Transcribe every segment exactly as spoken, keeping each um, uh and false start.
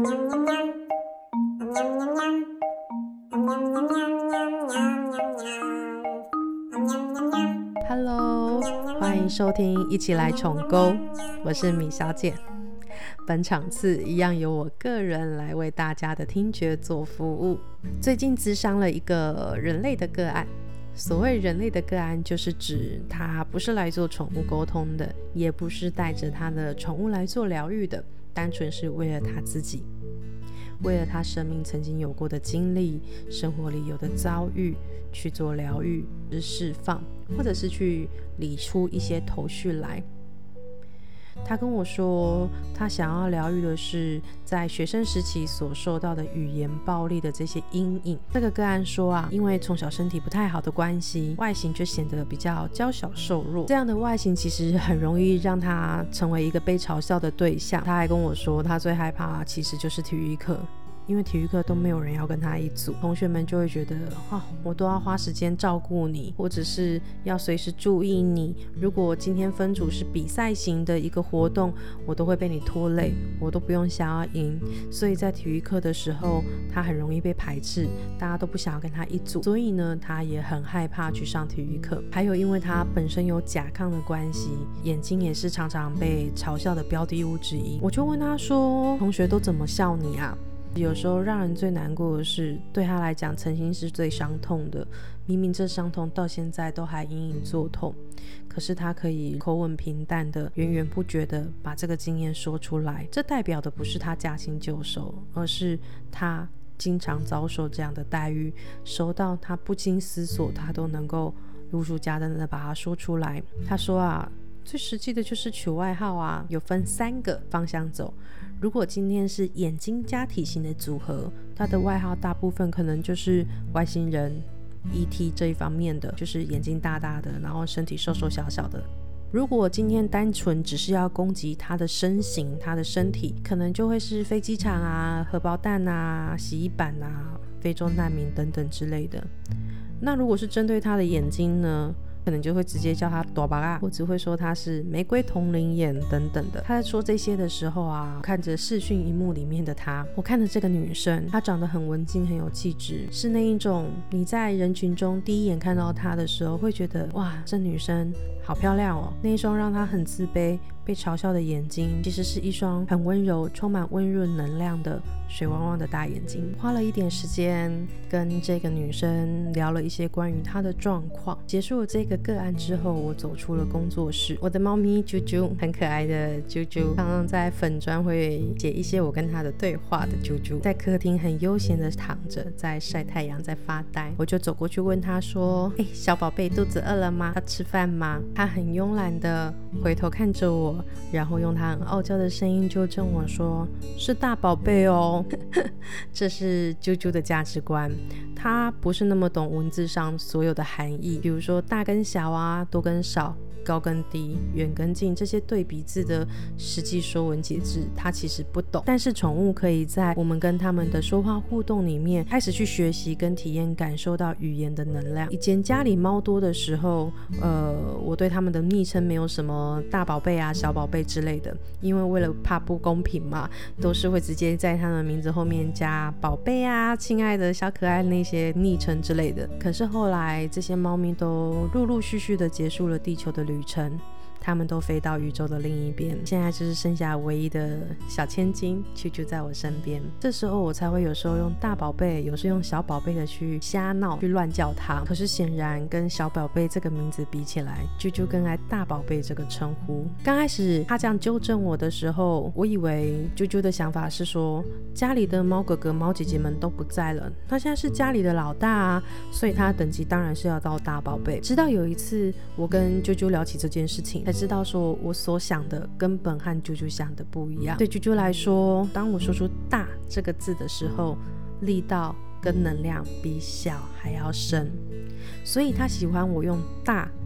Hello， 欢迎收听一起来宠沟，我是米小姐。本场次一样由我个人来为大家的听觉做服务。最近咨商了一个人类的个案，所谓人类的个案就是指他不是来做宠物沟通的，也不是带着他的宠物来做疗愈的，单纯是为了他自己，为了他生命曾经有过的经历，生活里有的遭遇去做疗愈、释放，或者是去理出一些头绪来。他跟我说，他想要疗愈的是在学生时期所受到的语言暴力的这些阴影。这个个案说啊，因为从小身体不太好的关系，外形就显得比较娇小瘦弱，这样的外形其实很容易让他成为一个被嘲笑的对象。他还跟我说，他最害怕其实就是体育课，因为体育课都没有人要跟他一组，同学们就会觉得、哦、我都要花时间照顾你，或者是要随时注意你，如果今天分组是比赛型的一个活动，我都会被你拖累，我都不用想要赢。所以在体育课的时候他很容易被排斥，大家都不想要跟他一组，所以呢他也很害怕去上体育课。还有因为他本身有甲亢的关系，眼睛也是常常被嘲笑的标的物之一。我就问他说，同学都怎么笑你啊？有时候让人最难过的是，对他来讲曾经是最伤痛的，明明这伤痛到现在都还隐隐作痛，可是他可以口吻平淡的源源不绝的把这个经验说出来。这代表的不是他驾轻就熟，而是他经常遭受这样的待遇，熟到他不经思索他都能够如数家珍的把它说出来。他说啊，最实际的就是取外号啊，有分三个方向走。如果今天是眼睛加体型的组合，他的外号大部分可能就是外星人 E T 这一方面的，就是眼睛大大的，然后身体瘦瘦小小的。如果今天单纯只是要攻击他的身形，他的身体，可能就会是飞机场啊、荷包蛋啊、洗衣板啊、非洲难民等等之类的。那如果是针对他的眼睛呢，可能就会直接叫他大巴拉，或只会说他是玫瑰同龄眼等等的。他在说这些的时候啊，看着视讯荧幕里面的他，我看着这个女生，她长得很文静，很有气质，是那一种你在人群中第一眼看到她的时候会觉得哇，这女生好漂亮哦。那一双让她很自卑被嘲笑的眼睛，其实是一双很温柔充满温润能量的水汪汪的大眼睛。花了一点时间跟这个女生聊了一些关于她的状况。结束了这个个案之后，我走出了工作室。我的猫咪啾啾，很可爱的啾啾，常常在粉专会写一些我跟她的对话的啾啾，在客厅很悠闲的躺着，在晒太阳，在发呆。我就走过去问她说，哎，小宝贝肚子饿了吗？要吃饭吗？她很慵懒的回头看着我，然后用她很傲娇的声音纠正我说，是大宝贝哦。这是啾啾的价值观，她不是那么懂文字上所有的含义，比如说大跟小啊，多跟少，高跟低，远跟近，这些对比字的实际说文解字他其实不懂。但是宠物可以在我们跟他们的说话互动里面开始去学习跟体验，感受到语言的能量。以前家里猫多的时候，呃，我对他们的昵称没有什么大宝贝啊、小宝贝之类的，因为为了怕不公平嘛，都是会直接在他们的名字后面加宝贝啊、亲爱的小可爱那些昵称之类的。可是后来这些猫咪都陆陆续续的结束了地球的旅程，他们都飞到宇宙的另一边，现在就是剩下唯一的小千金啾啾在我身边。这时候我才会有时候用大宝贝，有时候用小宝贝的去瞎闹，去乱叫他。可是显然跟小宝贝这个名字比起来，啾啾更爱大宝贝这个称呼。刚开始他这样纠正我的时候，我以为啾啾的想法是说，家里的猫哥哥猫姐姐们都不在了，他现在是家里的老大啊，所以他等级当然是要到大宝贝。直到有一次我跟啾啾聊起这件事情，才知道说我所想的根本和啾啾想的不一样。对啾啾来说，当我说出大这个字的时候，力道跟能量比小还要深，所以他喜欢我用大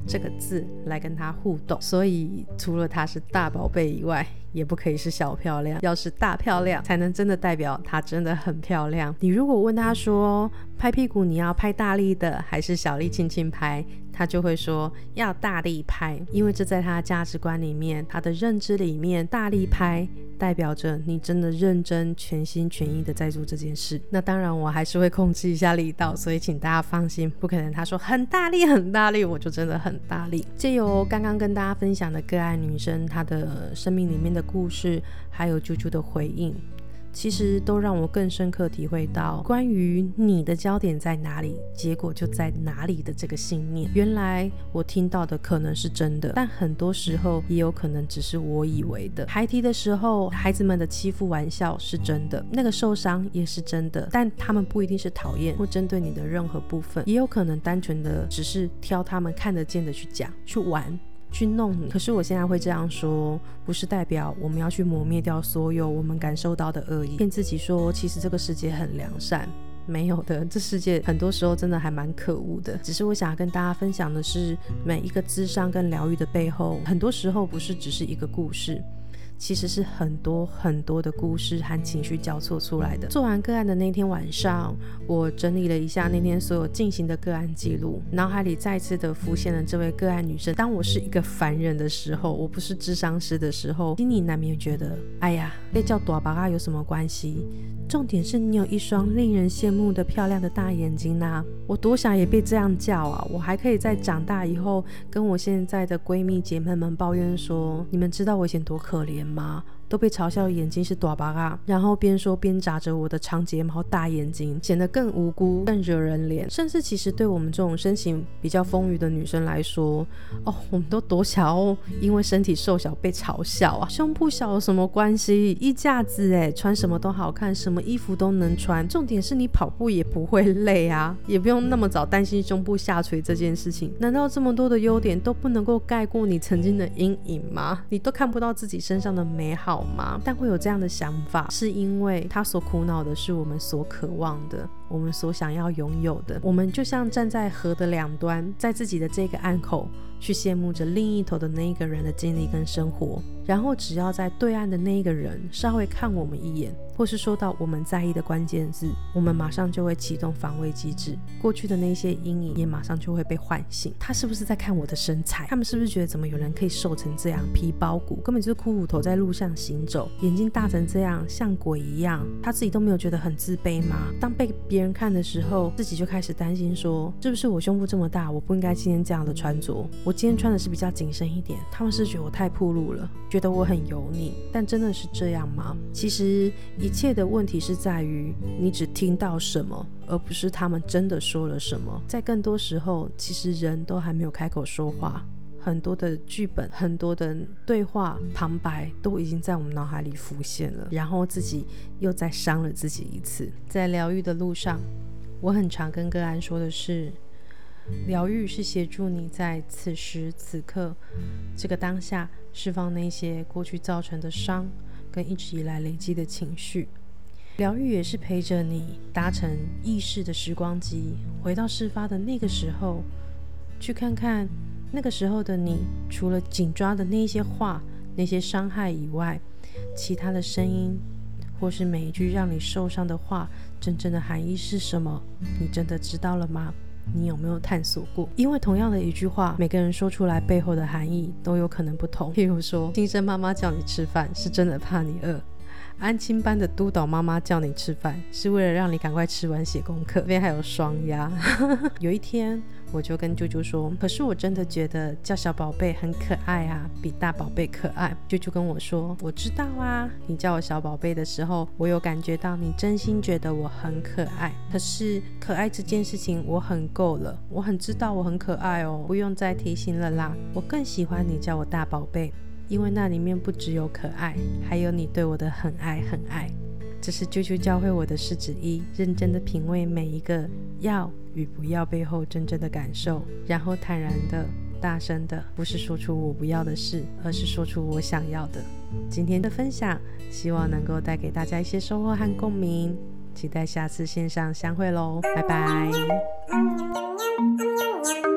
这个字来跟他互动。所以除了他是大宝贝以外，也不可以是小漂亮，要是大漂亮才能真的代表她真的很漂亮。你如果问她说拍屁股你要拍大力的还是小力轻轻拍，她就会说要大力拍，因为这在她的价值观里面，她的认知里面，大力拍代表着你真的认真全心全意的在做这件事。那当然我还是会控制一下力道，所以请大家放心，不可能她说很大力很大力我就真的很大力。借由刚刚跟大家分享的个案女生她的生命里面的故事，还有啾啾的回应，其实都让我更深刻体会到关于你的焦点在哪里，结果就在哪里的这个信念。原来我听到的可能是真的，但很多时候也有可能只是我以为的。孩提的时候孩子们的欺负玩笑是真的，那个受伤也是真的，但他们不一定是讨厌或针对你的任何部分，也有可能单纯的只是挑他们看得见的去讲去玩去弄你。可是我现在会这样说，不是代表我们要去磨灭掉所有我们感受到的恶意，骗自己说其实这个世界很良善，没有的，这世界很多时候真的还蛮可恶的。只是我想要跟大家分享的是，每一个咨商跟疗愈的背后，很多时候不是只是一个故事，其实是很多很多的故事和情绪交错出来的。做完个案的那天晚上，我整理了一下那天所有进行的个案记录，脑海里再次的浮现了这位个案女生。当我是一个凡人的时候，我不是諮商师的时候，心里难免觉得哎呀，被叫大巴啊有什么关系，重点是你有一双令人羡慕的漂亮的大眼睛啊，我多想也被这样叫啊，我还可以在长大以后跟我现在的闺蜜姐妹们抱怨说，你们知道我以前多可怜吗？都被嘲笑眼睛是大巴啊，然后边说边眨着我的长睫毛大眼睛，显得更无辜更惹人怜。甚至其实对我们这种身形比较丰腴的女生来说，哦，我们都多想要因为身体瘦小被嘲笑啊，胸部小有什么关系，衣架子耶，穿什么都好看，什么衣服都能穿，重点是你跑步也不会累啊，也不用那么早担心胸部下垂这件事情。难道这么多的优点都不能够盖过你曾经的阴影吗？你都看不到自己身上的美好吗？但会有这样的想法，是因为他所苦恼的是我们所渴望的，我们所想要拥有的。我们就像站在河的两端，在自己的这个岸口去羡慕着另一头的那一个人的经历跟生活，然后只要在对岸的那一个人稍微看我们一眼，或是说到我们在意的关键字，我们马上就会启动防卫机制，过去的那些阴影也马上就会被唤醒。他是不是在看我的身材？他们是不是觉得怎么有人可以瘦成这样，皮包骨，根本就是骷髅头在路上行走，眼睛大成这样，像鬼一样，他自己都没有觉得很自卑吗？当被别人看的时候，自己就开始担心说，是不是我胸部这么大，我不应该今天这样的穿着，我今天穿的是比较紧身一点，他们是觉得我太暴露了，觉得我很油腻。但真的是这样吗？其实一切的问题是在于你只听到什么，而不是他们真的说了什么。在更多时候，其实人都还没有开口说话，很多的剧本，很多的对话旁白都已经在我们脑海里浮现了，然后自己又再伤了自己一次。在疗愈的路上，我很常跟个案说的是，疗愈是协助你在此时此刻这个当下释放那些过去造成的伤跟一直以来累积的情绪。疗愈也是陪着你搭乘意识的时光机，回到事发的那个时候，去看看那个时候的你，除了紧抓的那些话，那些伤害以外，其他的声音或是每一句让你受伤的话，真正的含义是什么？你真的知道了吗？你有没有探索过？因为同样的一句话，每个人说出来背后的含义都有可能不同。譬如说，亲生妈妈叫你吃饭是真的怕你饿，安亲班的督导妈妈叫你吃饭是为了让你赶快吃完写功课，这边还有双压有一天我就跟啾啾说，可是我真的觉得叫小宝贝很可爱啊，比大宝贝可爱。啾啾跟我说，我知道啊，你叫我小宝贝的时候，我有感觉到你真心觉得我很可爱，可是可爱这件事情我很够了，我很知道我很可爱哦，不用再提醒了啦。我更喜欢你叫我大宝贝，因为那里面不只有可爱，还有你对我的很爱很爱。这是啾啾教会我的事之一，认真的品味每一个要与不要背后真正的感受，然后坦然的大声的，不是说出我不要的事，而是说出我想要的。今天的分享希望能够带给大家一些收获和共鸣，期待下次线上相会咯，拜拜。